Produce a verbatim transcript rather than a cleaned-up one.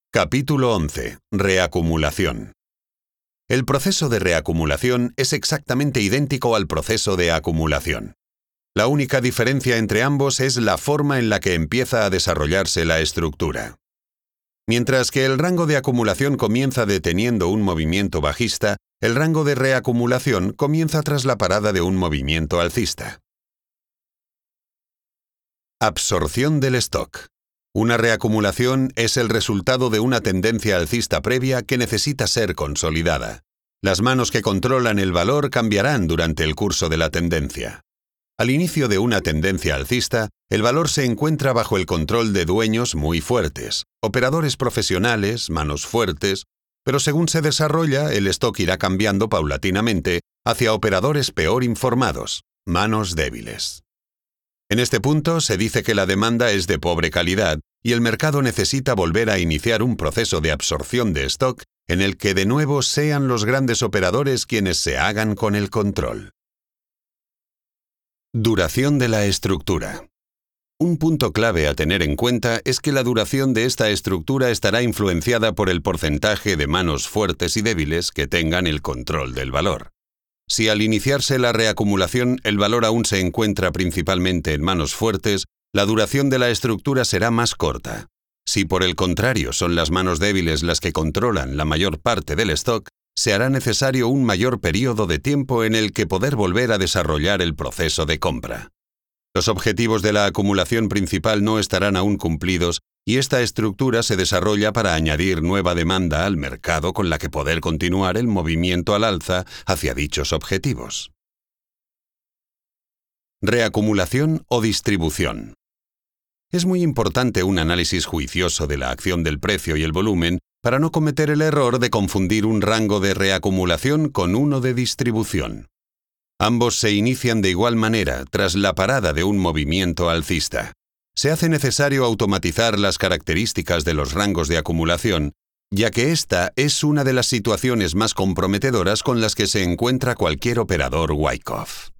Capítulo once. Reacumulación. El proceso de reacumulación es exactamente idéntico al proceso de acumulación. La única diferencia entre ambos es la forma en la que empieza a desarrollarse la estructura. Mientras que el rango de acumulación comienza deteniendo un movimiento bajista, el rango de reacumulación comienza tras la parada de un movimiento alcista. Absorción del stock. Una reacumulación es el resultado de una tendencia alcista previa que necesita ser consolidada. Las manos que controlan el valor cambiarán durante el curso de la tendencia. Al inicio de una tendencia alcista, el valor se encuentra bajo el control de dueños muy fuertes, operadores profesionales, manos fuertes, pero según se desarrolla, el stock irá cambiando paulatinamente hacia operadores peor informados, manos débiles. En este punto se dice que la demanda es de pobre calidad y el mercado necesita volver a iniciar un proceso de absorción de stock en el que de nuevo sean los grandes operadores quienes se hagan con el control. Duración de la estructura. Un punto clave a tener en cuenta es que la duración de esta estructura estará influenciada por el porcentaje de manos fuertes y débiles que tengan el control del valor. Si al iniciarse la reacumulación el valor aún se encuentra principalmente en manos fuertes, la duración de la estructura será más corta. Si por el contrario son las manos débiles las que controlan la mayor parte del stock, se hará necesario un mayor periodo de tiempo en el que poder volver a desarrollar el proceso de compra. Los objetivos de la acumulación principal no estarán aún cumplidos y esta estructura se desarrolla para añadir nueva demanda al mercado con la que poder continuar el movimiento al alza hacia dichos objetivos. Reacumulación o distribución. Es muy importante un análisis juicioso de la acción del precio y el volumen para no cometer el error de confundir un rango de reacumulación con uno de distribución. Ambos se inician de igual manera tras la parada de un movimiento alcista. Se hace necesario automatizar las características de los rangos de acumulación, ya que esta es una de las situaciones más comprometedoras con las que se encuentra cualquier operador Wyckoff.